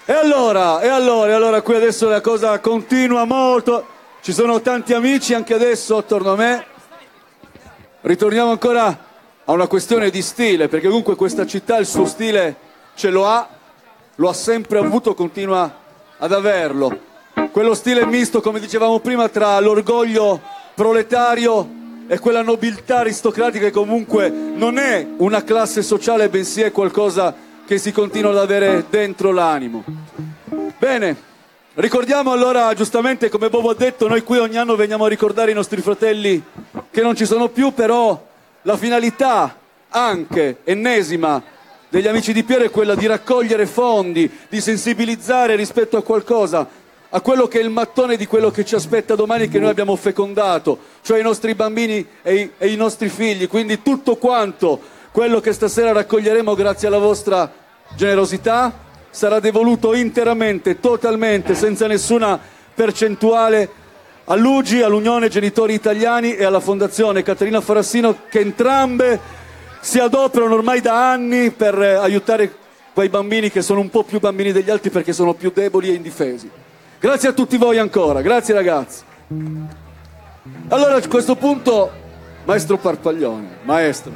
E allora, qui adesso la cosa continua molto. Ci sono tanti amici anche adesso attorno a me. Ritorniamo ancora a una questione di stile, perché comunque questa città il suo stile ce lo ha sempre avuto, continua ad averlo. Quello stile misto, come dicevamo prima, tra l'orgoglio proletario e quella nobiltà aristocratica che comunque non è una classe sociale, bensì è qualcosa che si continua ad avere dentro l'animo. Bene, ricordiamo allora, giustamente come Bobo ha detto, noi qui ogni anno veniamo a ricordare i nostri fratelli che non ci sono più, però la finalità anche ennesima degli Amici di Piero è quella di raccogliere fondi, di sensibilizzare rispetto a qualcosa, a quello che è il mattone di quello che ci aspetta domani, che noi abbiamo fecondato, cioè i nostri bambini e i nostri figli. Quindi tutto quanto quello che stasera raccoglieremo grazie alla vostra generosità sarà devoluto interamente, totalmente, senza nessuna percentuale all'UGI, all'Unione Genitori Italiani e alla Fondazione Caterina Farassino, che entrambe si adoperano ormai da anni per aiutare quei bambini che sono un po' più bambini degli altri perché sono più deboli e indifesi. Grazie a tutti voi ancora, grazie ragazzi. Allora a questo punto, maestro Parpaglione, maestro.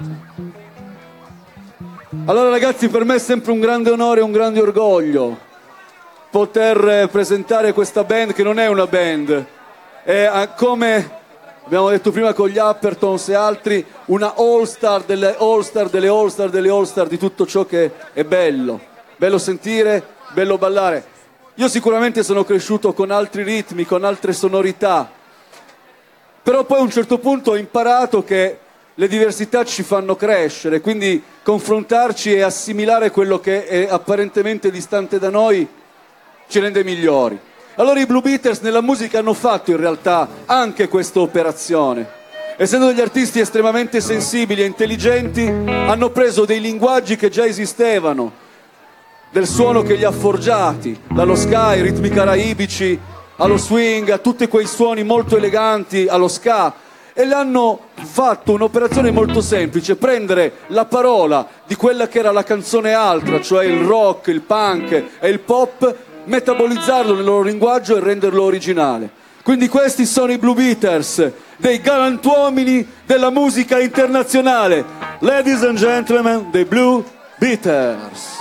Allora ragazzi, per me è sempre un grande onore e un grande orgoglio poter presentare questa band, che non è una band, è come abbiamo detto prima con gli Uppertons e altri, una all-star delle all-star delle all-star delle all-star di tutto ciò che è bello, bello sentire, bello ballare. Io sicuramente sono cresciuto con altri ritmi, con altre sonorità, però poi a un certo punto ho imparato che le diversità ci fanno crescere, quindi confrontarci e assimilare quello che è apparentemente distante da noi ci rende migliori. Allora i Blue Beaters nella musica hanno fatto in realtà anche questa operazione. Essendo degli artisti estremamente sensibili e intelligenti, hanno preso dei linguaggi che già esistevano, del suono che li ha forgiati, dallo ska ai ritmi caraibici, allo swing, a tutti quei suoni molto eleganti, allo ska, e le hanno fatto un'operazione molto semplice: prendere la parola di quella che era la canzone altra, cioè il rock, il punk e il pop, metabolizzarlo nel loro linguaggio e renderlo originale. Quindi questi sono i Blue Beaters, dei galantuomini della musica internazionale. Ladies and gentlemen, the Blue Beaters.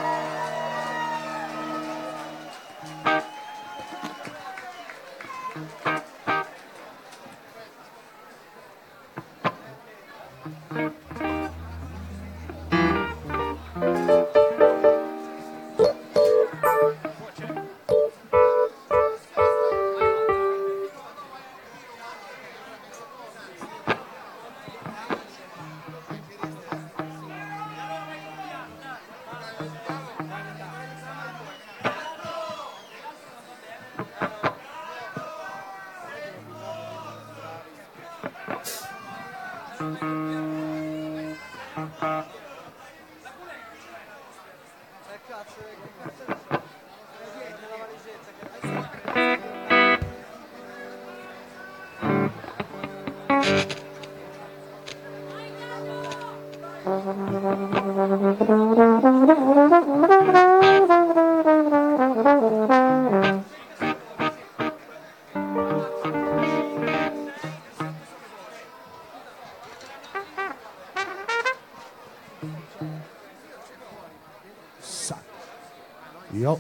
Io.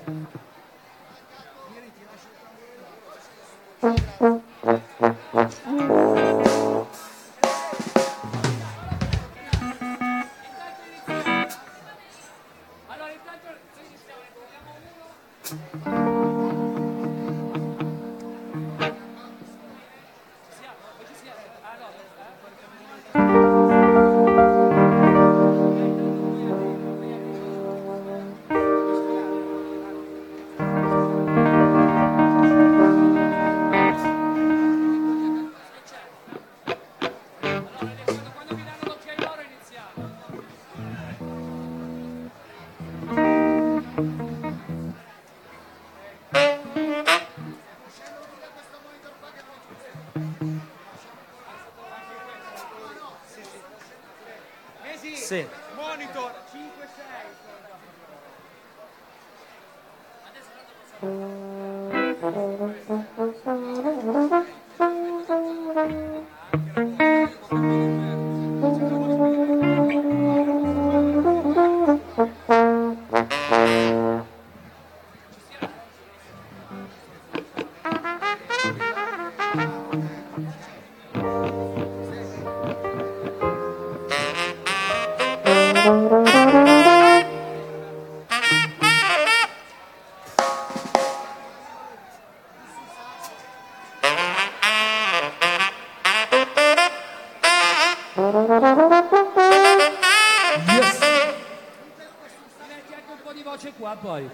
Yes. Metti anche un po' di voce qua poi.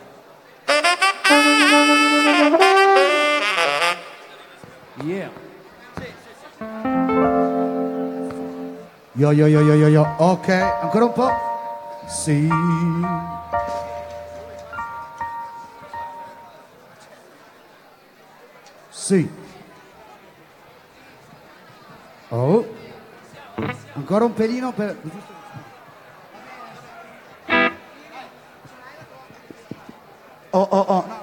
Yeah. Yo. Ok, ancora un po'. Sì. Sì. Oh. Ancora un pelino per... Oh.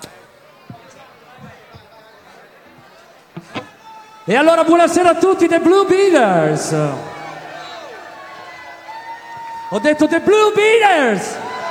E allora buonasera a tutti, The Blue Beaters. Ho detto The Blue Beaters.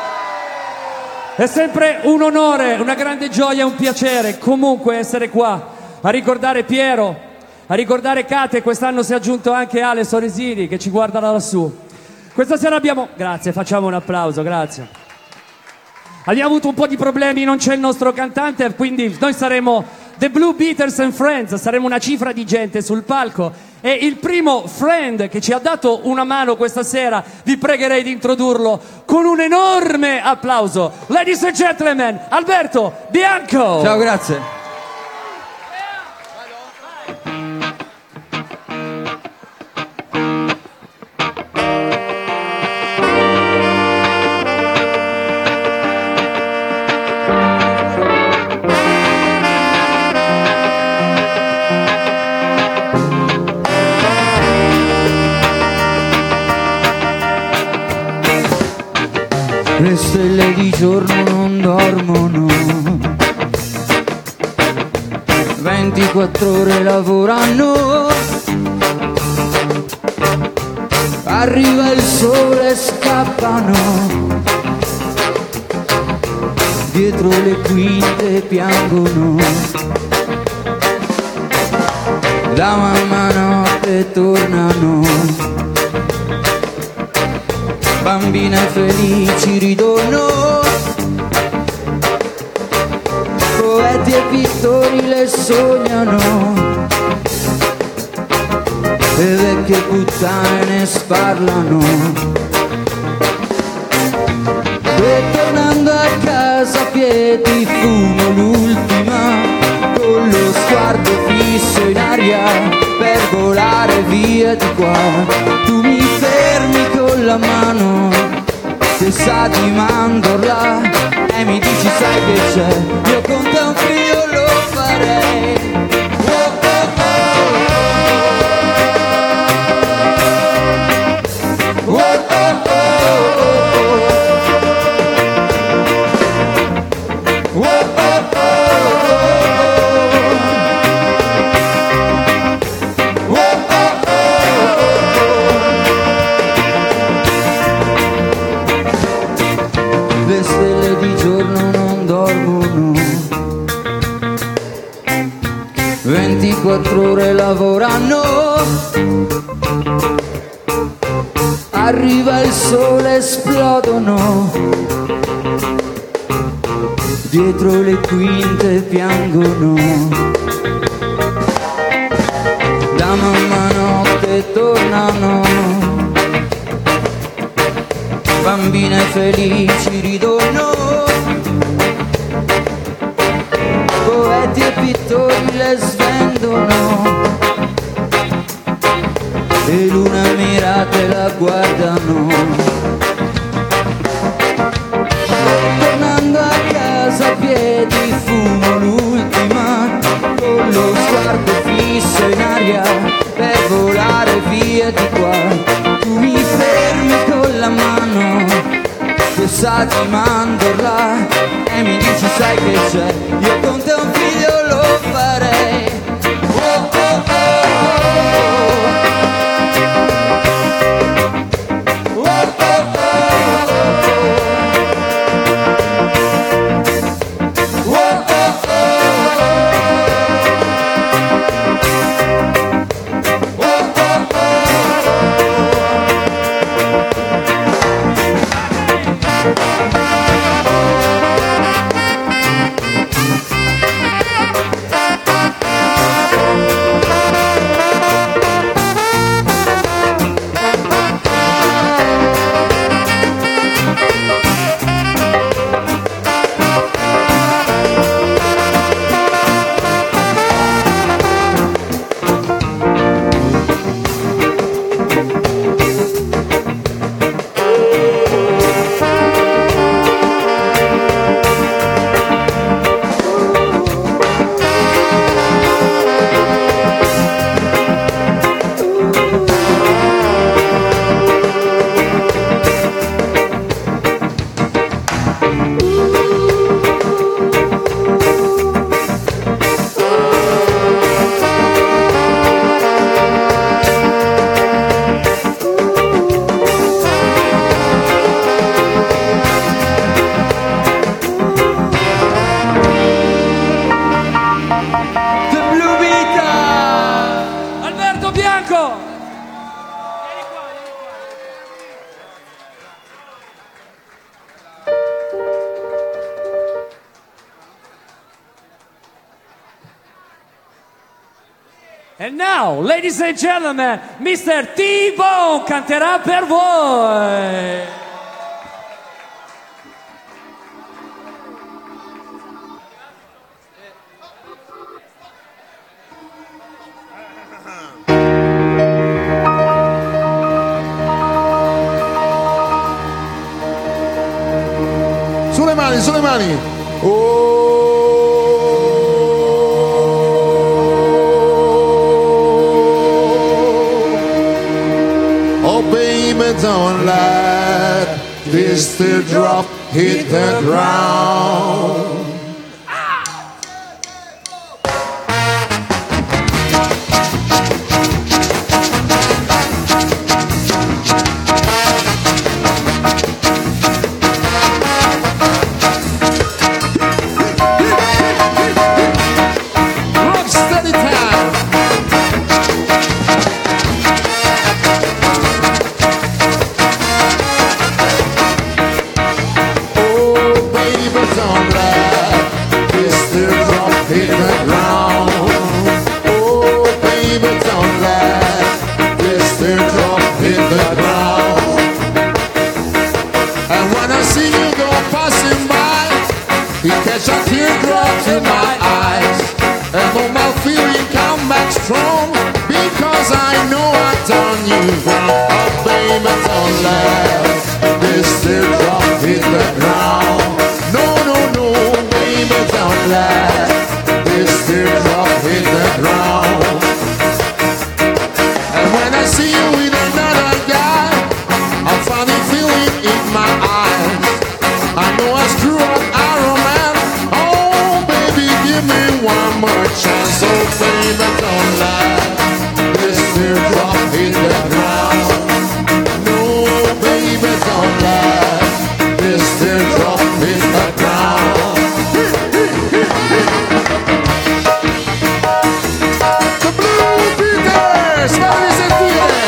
È sempre un onore, una grande gioia, un piacere comunque essere qua a ricordare Piero, a ricordare Kate. Quest'anno si è aggiunto anche Ale Soresini che ci guarda da lassù. Questa sera abbiamo... Grazie, facciamo un applauso, grazie. Abbiamo avuto un po' di problemi, non c'è il nostro cantante, quindi noi saremo The Blue Beaters and Friends, saremo una cifra di gente sul palco. E il primo friend che ci ha dato una mano questa sera, vi pregherei di introdurlo con un enorme applauso. Ladies and gentlemen, Alberto Bianco! Ciao, grazie. Le stelle di giorno non dormono, 24 ore lavorano, arriva il sole e scappano, dietro le quinte piangono, da mamma notte tornano, bambine felici ridono, poeti e pittori le sognano, e vecchie puttane ne sparlano, e tornando a casa a piedi fumo l'ultima, con lo sguardo fisso in aria per volare via di qua. Tu mi fermi con la mano che sa di mandorla e mi dici sai che c'è, io con te un figlio lo farei. Le stelle di giorno non dormono, 24 ore lavorano, arriva il sole esplodono, dietro le quinte piangono, da mamma notte tornano, bambine felici ridono, poeti e pittori le svendono, e luna mirate la guardano, tornando a casa a piedi fumo l'ultima, con lo sguardo fisso in aria per volare via di qua. Tu mi fermi con la mano che sa di mandorla e mi dici dici sai che c'è, io con te un figlio lo farei. Oh, oh, oh, oh. Oh, oh, And now, ladies and gentlemen, Mr. T-Bone canterà per voi. Sulle mani, sulle mani. Oh, baby, don't let this teardrop hit the ground. Catch a teardrop in my eyes, and all my feeling come back strong, because I know I've done you wrong. Oh baby, don't let this teardrop hit the ground. No, no, no, baby, don't let this teardrop hit the ground. And when I see you with another guy, I'm funny feeling in my eyes. I know I screw up our romance. Give me one more chance, oh baby, don't let this teardrop hit the ground. No, baby, don't let this teardrop hit the ground. The Blue Beaters, fammi sentire.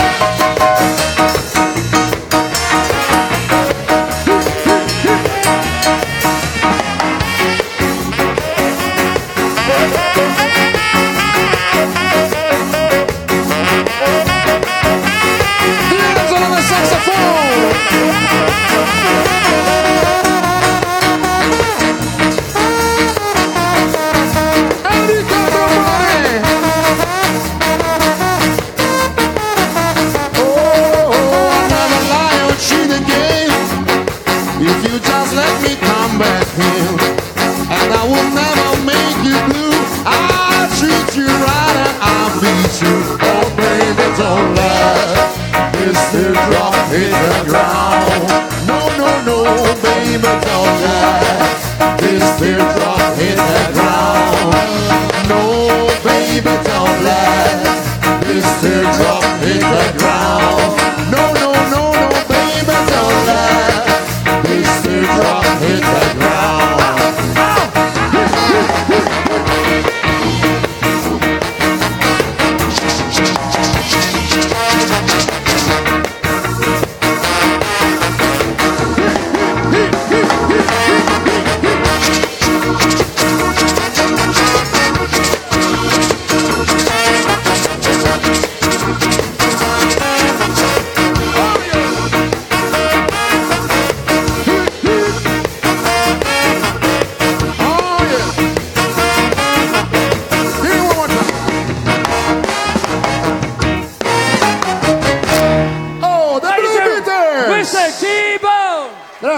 Hit the ground. No, no, no, baby, don't let this tear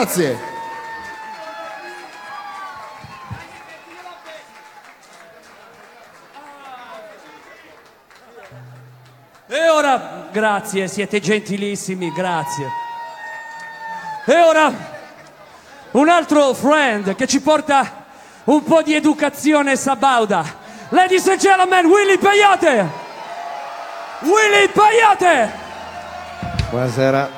grazie. E ora, grazie, siete gentilissimi, grazie. E ora, un altro friend che ci porta un po' di educazione sabauda. Ladies and gentlemen, Willy Peyote! Willy Peyote! Buonasera.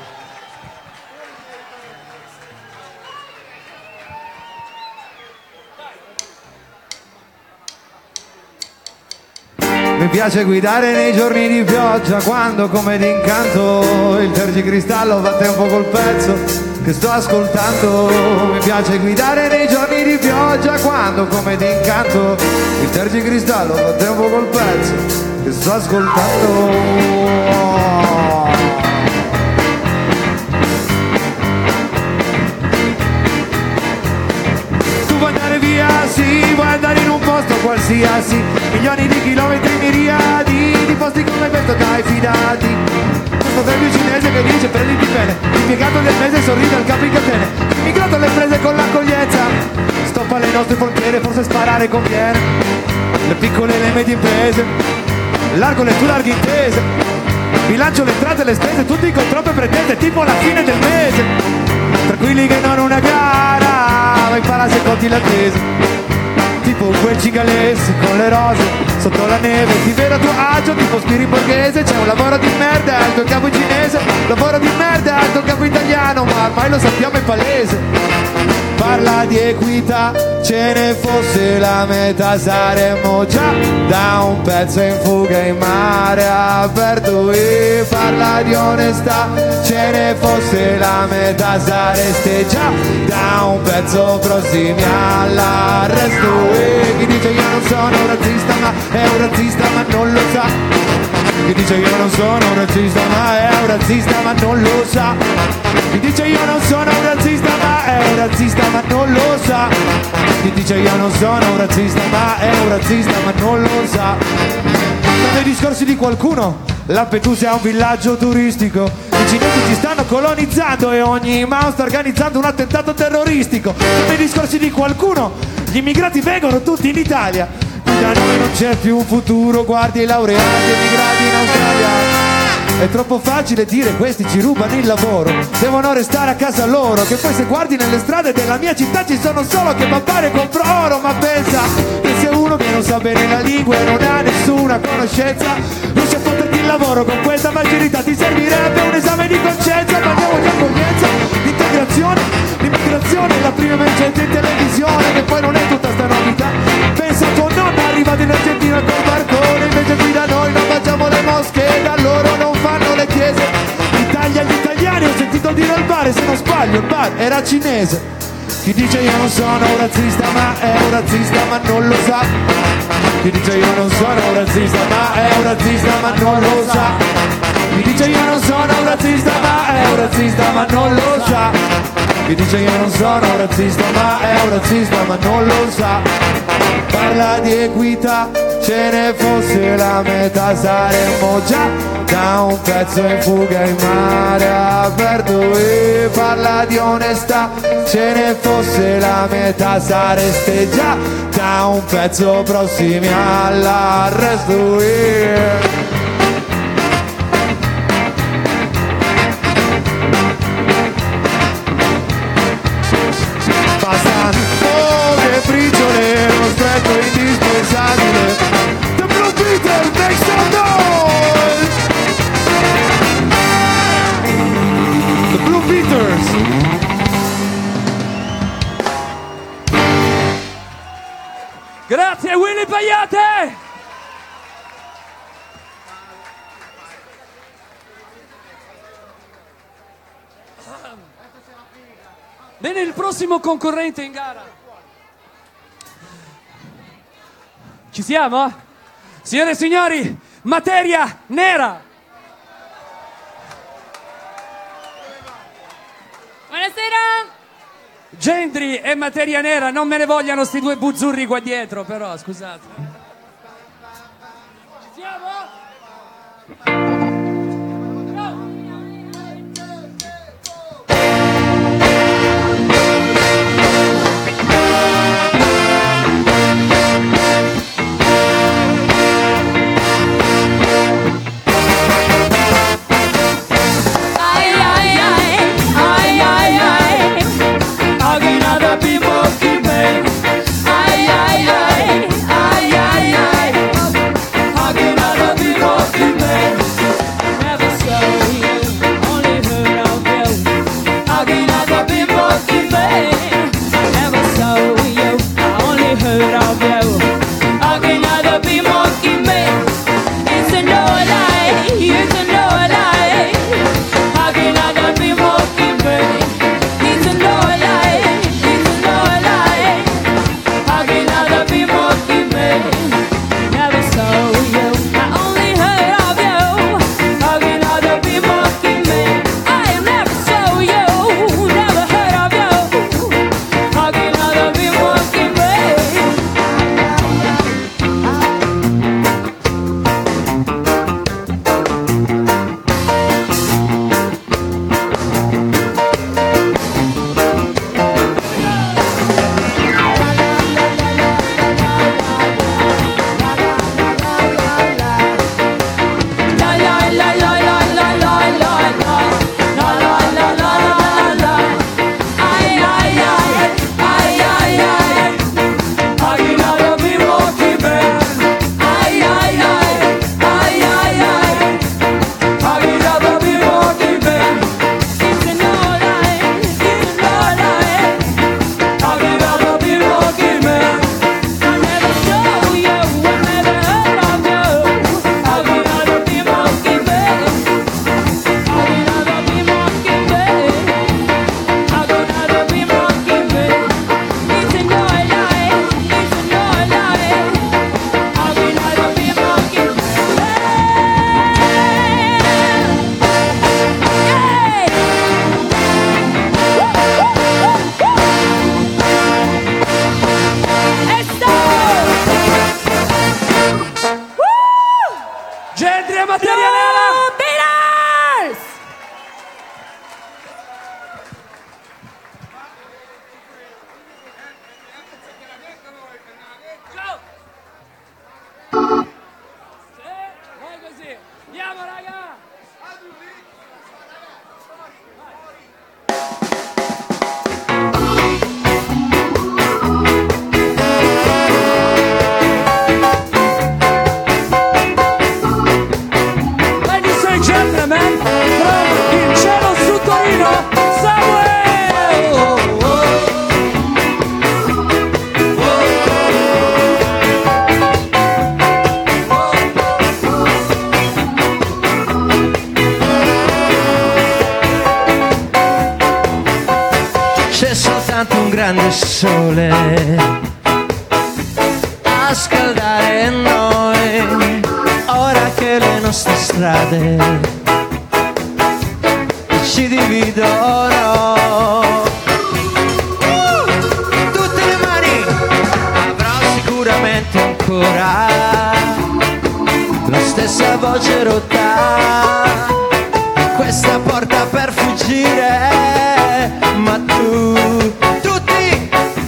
Mi piace guidare nei giorni di pioggia, quando come d'incanto il tergicristallo batte un po' col pezzo che sto ascoltando. Mi piace guidare nei giorni di pioggia, quando come d'incanto il tergicristallo batte un po' col pezzo che sto ascoltando. Sì, vuoi andare in un posto qualsiasi, milioni di chilometri, miriadi di posti come questo, dai, fidati. Questo proverbio cinese che dice prenditi bene, l'impiegato del mese sorride al capo in catene, immigrato alle prese con l'accoglienza, stoppa le nostre frontiere, forse sparare conviene. Le piccole e le medie imprese, largo le tue larghe intese, bilancio le entrate e le spese, tutti con troppe pretese, tipo alla fine del mese. Tranquilli che non una gara, ma impara se conti l'attesa. Tipo quel cingalese con le rose sotto la neve, ti vedo a tuo agio tipo Spiri borghese. C'è un lavoro di merda al tuo capo cinese, lavoro di merda al tuo capo italiano, ma ormai lo sappiamo, è palese. Parla di equità, ce ne fosse la metà saremmo già da un pezzo in fuga in mare aperto. E parla di onestà, ce ne fosse la metà sareste già da un pezzo prossimi all'arresto. E chi dice io non sono un razzista ma è un razzista ma non lo sa. Chi dice io non sono un razzista ma è un razzista ma non lo sa. Chi dice io non sono un razzista ma è un razzista ma non lo sa. Chi dice io non sono un razzista ma è un razzista ma non lo sa. Nei discorsi di qualcuno Lampedusa è un villaggio turistico, i cinesi ci stanno colonizzando e ogni mouse sta organizzando un attentato terroristico. Nei discorsi di qualcuno gli immigrati vengono tutti in Italia, da noi non c'è più un futuro, guardi i laureati emigrati in Australia. È troppo facile dire questi ci rubano il lavoro, devono restare a casa loro, che poi se guardi nelle strade della mia città ci sono solo che papare compro oro. Ma pensa che se uno che non sa bene la lingua e non ha nessuna conoscenza riesce a fotterti il lavoro con questa facilità, ti servirebbe un esame di coscienza. Parliamo di accoglienza, di integrazione, l'immigrazione è la prima emergenza in televisione, che poi non è tutta sta novità. Pensa a tuo nonno arrivato in Argentina col barcone, invece qui da noi non facciamo le mosche, da loro non fanno le chiese. L'Italia agli italiani, ho sentito dire al bar, e se non sbaglio il bar era cinese. Chi dice io non sono un razzista ma è un razzista ma non lo sa. Chi dice io non sono un razzista ma è un razzista ma non lo sa. Chi dice io non sono un razzista ma è un razzista ma non lo sa. Chi dice io non sono un razzista ma è un razzista ma non lo sa. Parla di equità, ce ne fosse la metà saremmo già da un pezzo in fuga in mare aperto. E parla di onestà, ce ne fosse la metà sareste già da un pezzo prossimi all'arresto. Bastano poche briciole, uno stretto indispensabile. The Blue Beaters, make some noise! The Blue Beaters. Grazie Willy Peyote! Bene, il prossimo concorrente in gara. Ci siamo? Signore e signori, Materia Nera. Buonasera. Gendry e Materia Nera, non me ne vogliano sti due buzzurri qua dietro, però, scusate. Ci siamo? grande sole a scaldare noi, ora che le nostre strade ci dividono. Tutte le mani, avrò sicuramente ancora la stessa voce rotta, questa porta per fuggire, ma tu, tutti,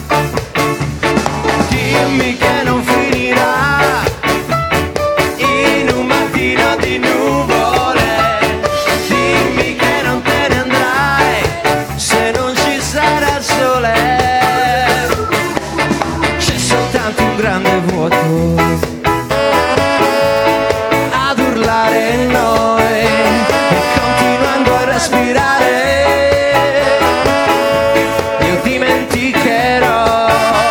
dimmi che non finirà in un mattino di nuvole, dimmi che non te ne andrai se non ci sarà il sole, c'è soltanto un grande vuoto ad urlare in noi, respirare, io dimenticherò,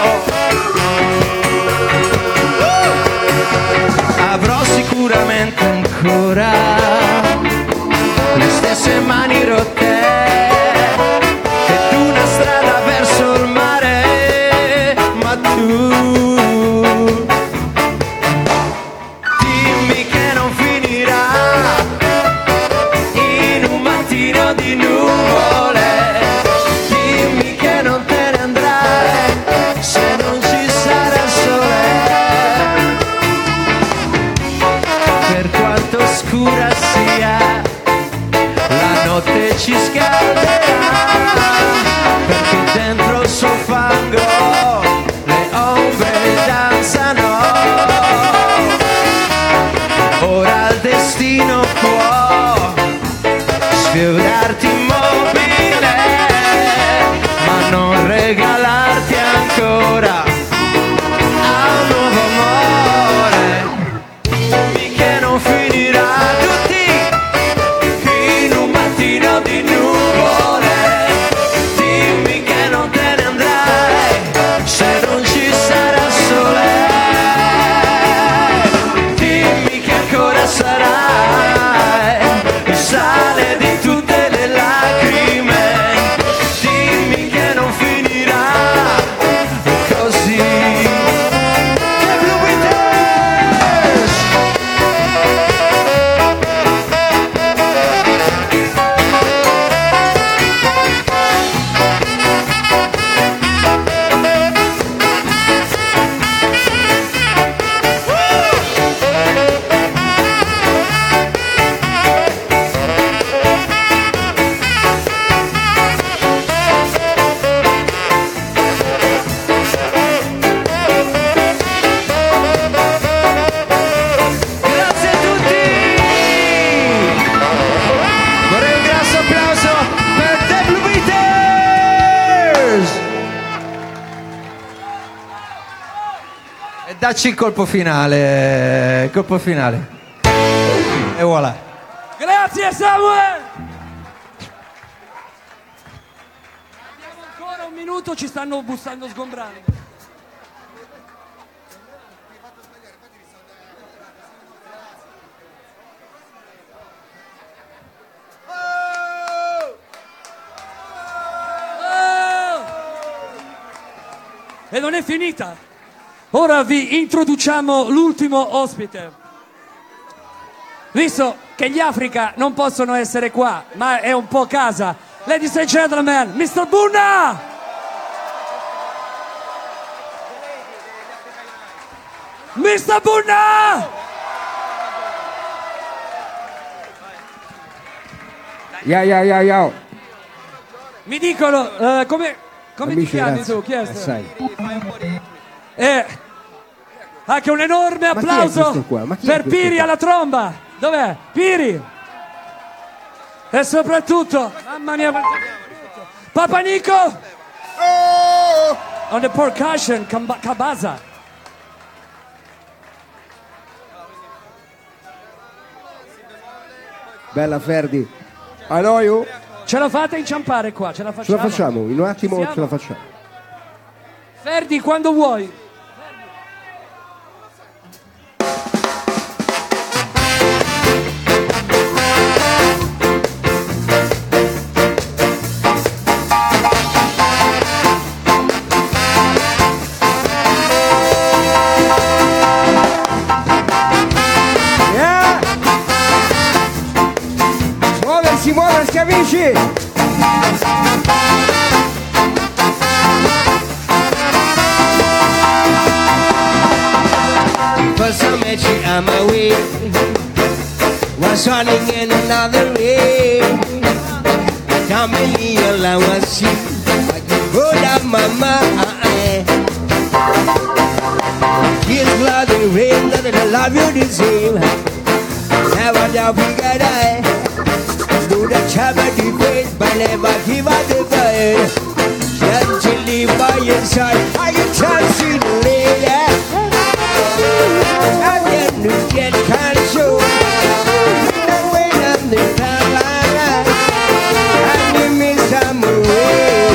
avrò sicuramente ancora le stesse mani rotte ed una strada verso il mare, ma tu dimmi che non finirà di nuvole, dimmi che non te ne andrai se non ci sarà sole, per quanto scura sia la notte ci scalderà, perché dentro il suo fango le ombre danzano, ora il destino può sfiorarti immobile, ma non regalarti ancora a un nuovo amore, dimmi che non finirà tutti in un mattino di nuvole, dimmi che non te ne andrai se non ci sarà sole, dimmi che ancora sarai il sale di tutte le lacrime, dimmi che non finirà così. The Blue Beatles! Grazie a tutti! Vorrei un grosso applauso per The Blue Beatles! E dacci il colpo finale, E voilà. Grazie Samuel! Abbiamo ancora un minuto, ci stanno bussando sgombrando. E non è finita. Ora vi introduciamo l'ultimo ospite. Visto che gli Africa non possono essere qua, ma è un po' casa. Ladies and gentlemen, Mr. Bunna! Mr. Bunna! Yo. Mi dicono, come ti Amici, chiami grazie. tu? Chi è? Assai. Anche un enorme Ma chi è applauso questo qua? Ma chi è per questo Piri qua? alla tromba. Dov'è? Piri! E soprattutto, mamma mia, Papa Nico! On the percussion, Kabaza. Bella Ferdi. I know you. Ce la fate inciampare qua, ce la Ce facciamo? la facciamo, in un attimo Siamo? ce la facciamo. Ferdi, quando vuoi. time away was running in another way. Camille, I was sick, I could go down my mind. Kiss bloody rain, that I love you the same. Never doubt we got I do the charity face, but never give up the fight. Gently by your side, I can see the lady. I get control. And when I'm the time, and you miss some away.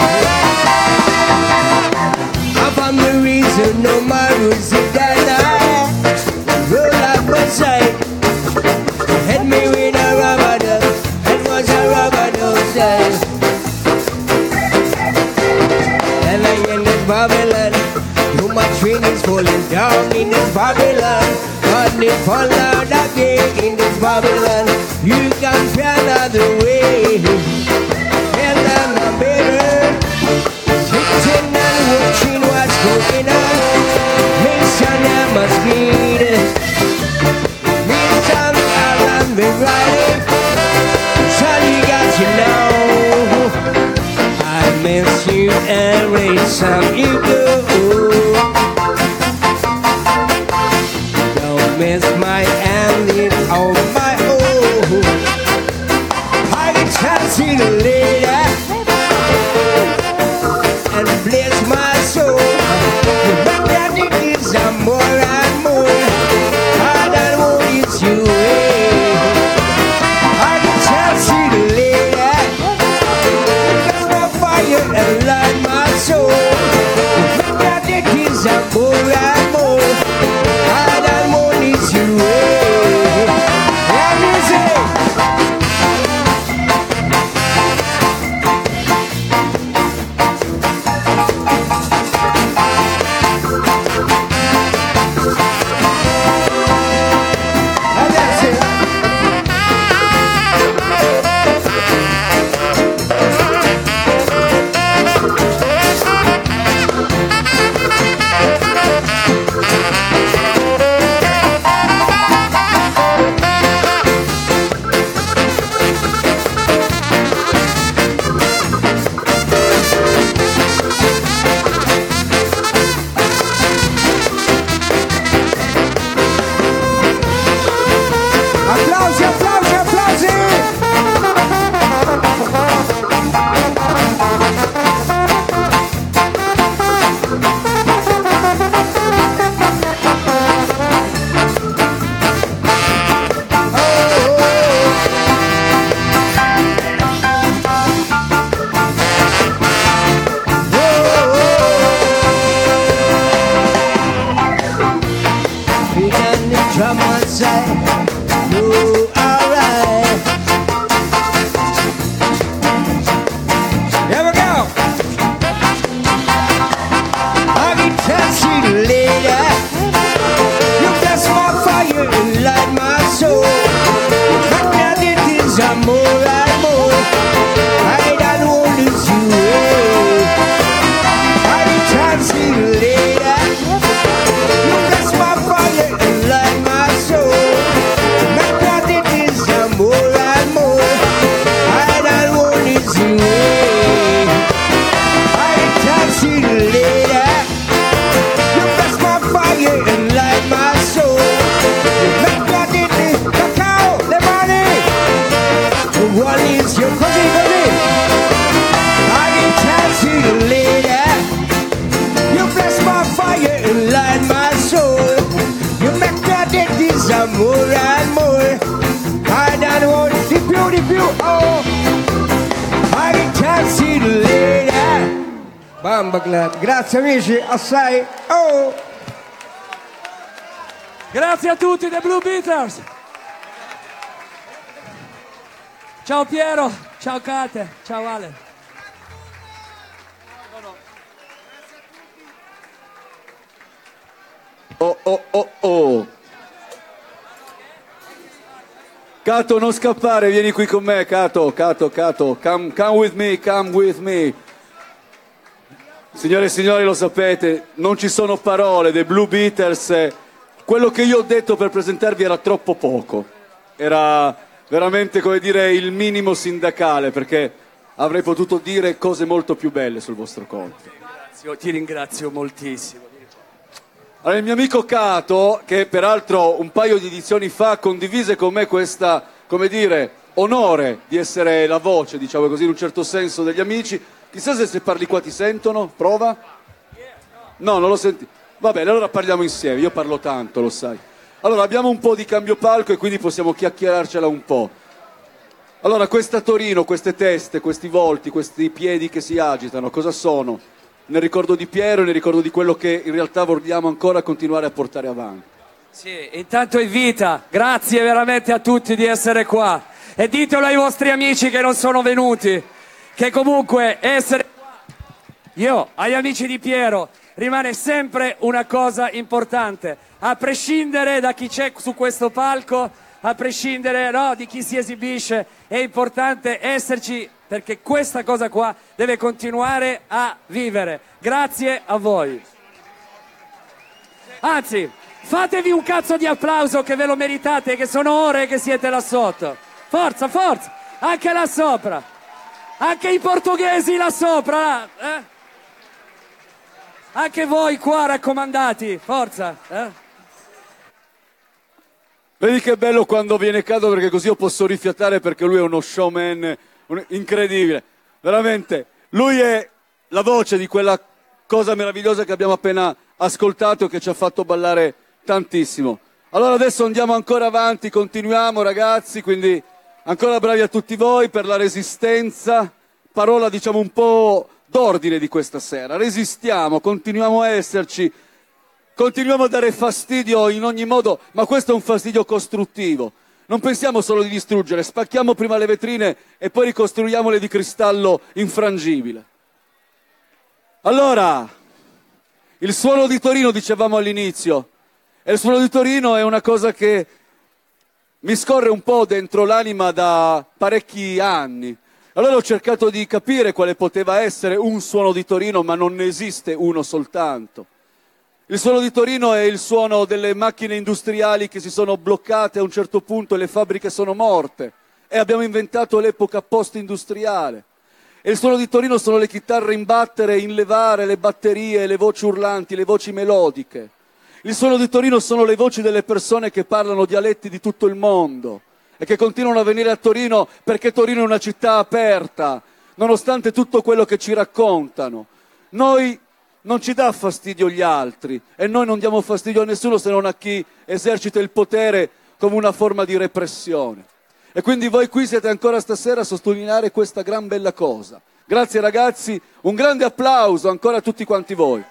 I found the reason, no matter who's it that I roll up my side. Hit me with a rubber duck, it was a rubber duck side. And I in this Babylon, too much rain is falling down in this Babylon. But it fall out again in this Babylon. You can try another way. And I'm better, sitting and watching what's going on. Mission I must be mission I'll be right. Sunny got you now. I miss you every time you go. Don't miss my ending on my own. I can chance you later and bless my soul. But that it is more and more. I don't want it you. I can chance you later. Got my fire and light my soul. But that it is more and more. I don't want it you. Let me say. Applausi, applausi, applausi! Feet on the drum one side. Oh, alright. Here we go. I can touch you later. You bless my fire and light my soul. But now it is a more and more. I don't want to lose you. I can touch you later. You bless my fire and light my soul. More and more, I don't want it to wait. I can see you later. You bless my fire and light my soul. Look at it, look out, the money. One is your cousin. I can see you later. You bless my fire and light my soul. You make that it is more and more. I don't want the beautiful, oh, I can see you later. Bamba Club, grazie amici, assai, oh. Grazie a tutti dei Blue Beaters. Ciao Piero, ciao Kate, ciao Ale. Oh, oh, oh, oh. Cato, non scappare, vieni qui con me, Cato, come with me. Signore e signori, lo sapete, non ci sono parole, The Blue Beaters quello che io ho detto per presentarvi era troppo poco. Era veramente, come dire, il minimo sindacale, perché avrei potuto dire cose molto più belle sul vostro conto. Ti ringrazio moltissimo. Allora, il mio amico Cato, che peraltro un paio di edizioni fa condivise con me questa, come dire, onore di essere la voce, diciamo così, in un certo senso, degli amici. Chissà se parli qua ti sentono? Prova? No, non lo senti. Va bene, allora parliamo insieme, io parlo tanto, lo sai. Allora, abbiamo un po' di cambio palco e quindi possiamo chiacchierarcela un po'. Allora, questa Torino, queste teste, questi volti, questi piedi che si agitano, cosa sono? Nel ricordo di Piero e nel ricordo di quello che in realtà vogliamo ancora continuare a portare avanti. Sì, intanto Evita, grazie veramente a tutti di essere qua. E ditelo ai vostri amici che non sono venuti, che comunque essere qua, agli amici di Piero, rimane sempre una cosa importante, a prescindere da chi c'è su questo palco, a prescindere di chi si esibisce, è importante esserci, perché questa cosa qua deve continuare a vivere. Grazie a voi. Anzi, fatevi un cazzo di applauso che ve lo meritate, che sono ore che siete là sotto. Forza, forza, anche là sopra. Anche i portoghesi là sopra. Anche voi qua raccomandati, forza. Vedi che bello quando viene Cato, perché così io posso rifiatare, perché lui è uno showman incredibile. Veramente, lui è la voce di quella cosa meravigliosa che abbiamo appena ascoltato e che ci ha fatto ballare tantissimo. Allora adesso andiamo ancora avanti, continuiamo ragazzi, quindi ancora bravi a tutti voi per la resistenza, parola diciamo un po' d'ordine di questa sera. Resistiamo, continuiamo a esserci, continuiamo a dare fastidio in ogni modo, ma questo è un fastidio costruttivo. Non pensiamo solo di distruggere, spacchiamo prima le vetrine e poi ricostruiamole di cristallo infrangibile. Allora, il suono di Torino, dicevamo all'inizio, e il suono di Torino è una cosa che mi scorre un po' dentro l'anima da parecchi anni. Allora ho cercato di capire quale poteva essere un suono di Torino, ma non ne esiste uno soltanto. Il suono di Torino è il suono delle macchine industriali che si sono bloccate a un certo punto e le fabbriche sono morte e abbiamo inventato l'epoca post-industriale. E il suono di Torino sono le chitarre in battere, in levare, le batterie, le voci urlanti, le voci melodiche. Il suono di Torino sono le voci delle persone che parlano dialetti di tutto il mondo e che continuano a venire a Torino perché Torino è una città aperta, nonostante tutto quello che ci raccontano. Noi non ci dà fastidio gli altri e noi non diamo fastidio a nessuno se non a chi esercita il potere come una forma di repressione. E quindi voi qui siete ancora stasera a sottolineare questa gran bella cosa. Grazie ragazzi, un grande applauso ancora a tutti quanti voi.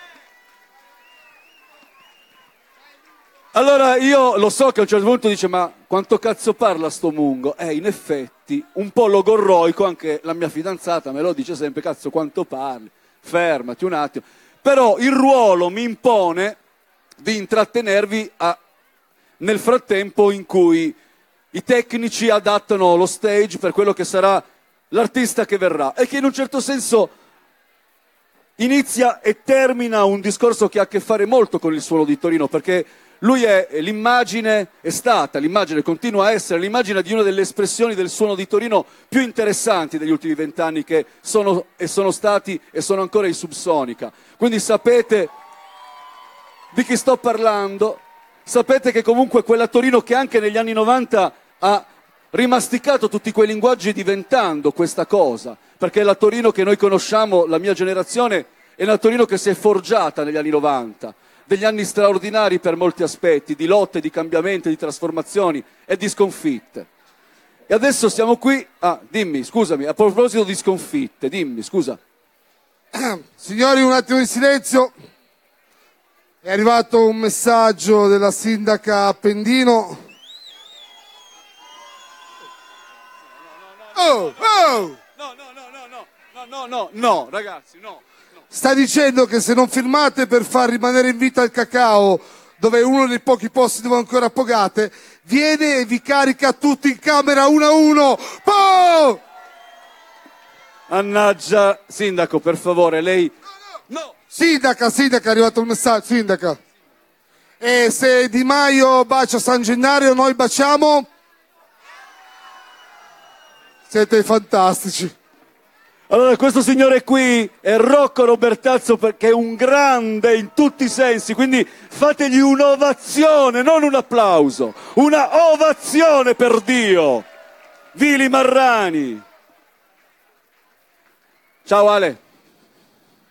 Allora io lo so che a un certo punto dice ma quanto cazzo parla sto Mungo? In effetti un po' logorroico, anche la mia fidanzata me lo dice sempre, cazzo quanto parli, fermati un attimo. Però il ruolo mi impone di intrattenervi nel frattempo in cui i tecnici adattano lo stage per quello che sarà l'artista che verrà e che in un certo senso inizia e termina un discorso che ha a che fare molto con il suono di Torino, perché lui è l'immagine, è stata l'immagine, continua a essere l'immagine di una delle espressioni del suono di Torino più interessanti degli ultimi 20 anni che sono stati e sono ancora i Subsonica. Quindi sapete di chi sto parlando, sapete che comunque quella Torino che anche negli anni 90 ha rimasticato tutti quei linguaggi diventando questa cosa, perché la Torino che noi conosciamo, la mia generazione, è una Torino che si è forgiata negli anni 90, degli anni straordinari per molti aspetti, di lotte, di cambiamenti, di trasformazioni e di sconfitte. E adesso siamo qui, dimmi, scusami, a proposito di sconfitte, dimmi, scusa. Signori, un attimo di silenzio. È arrivato un messaggio della sindaca Appendino. No, ragazzi, no. Sta dicendo che se non firmate per far rimanere in vita il cacao, dove è uno dei pochi posti dove ancora pagate, viene e vi carica tutti in camera uno a uno. Po! Mannaggia, sindaco, per favore, lei... No! Sindaca, è arrivato un messaggio, sindaca. E se Di Maio bacia San Gennario, noi baciamo? Siete fantastici. Allora, questo signore qui è Rocco Robertazzo, perché è un grande in tutti i sensi, quindi fategli un'ovazione, non un applauso, una ovazione per Dio. Vili Marrani. Ciao Ale.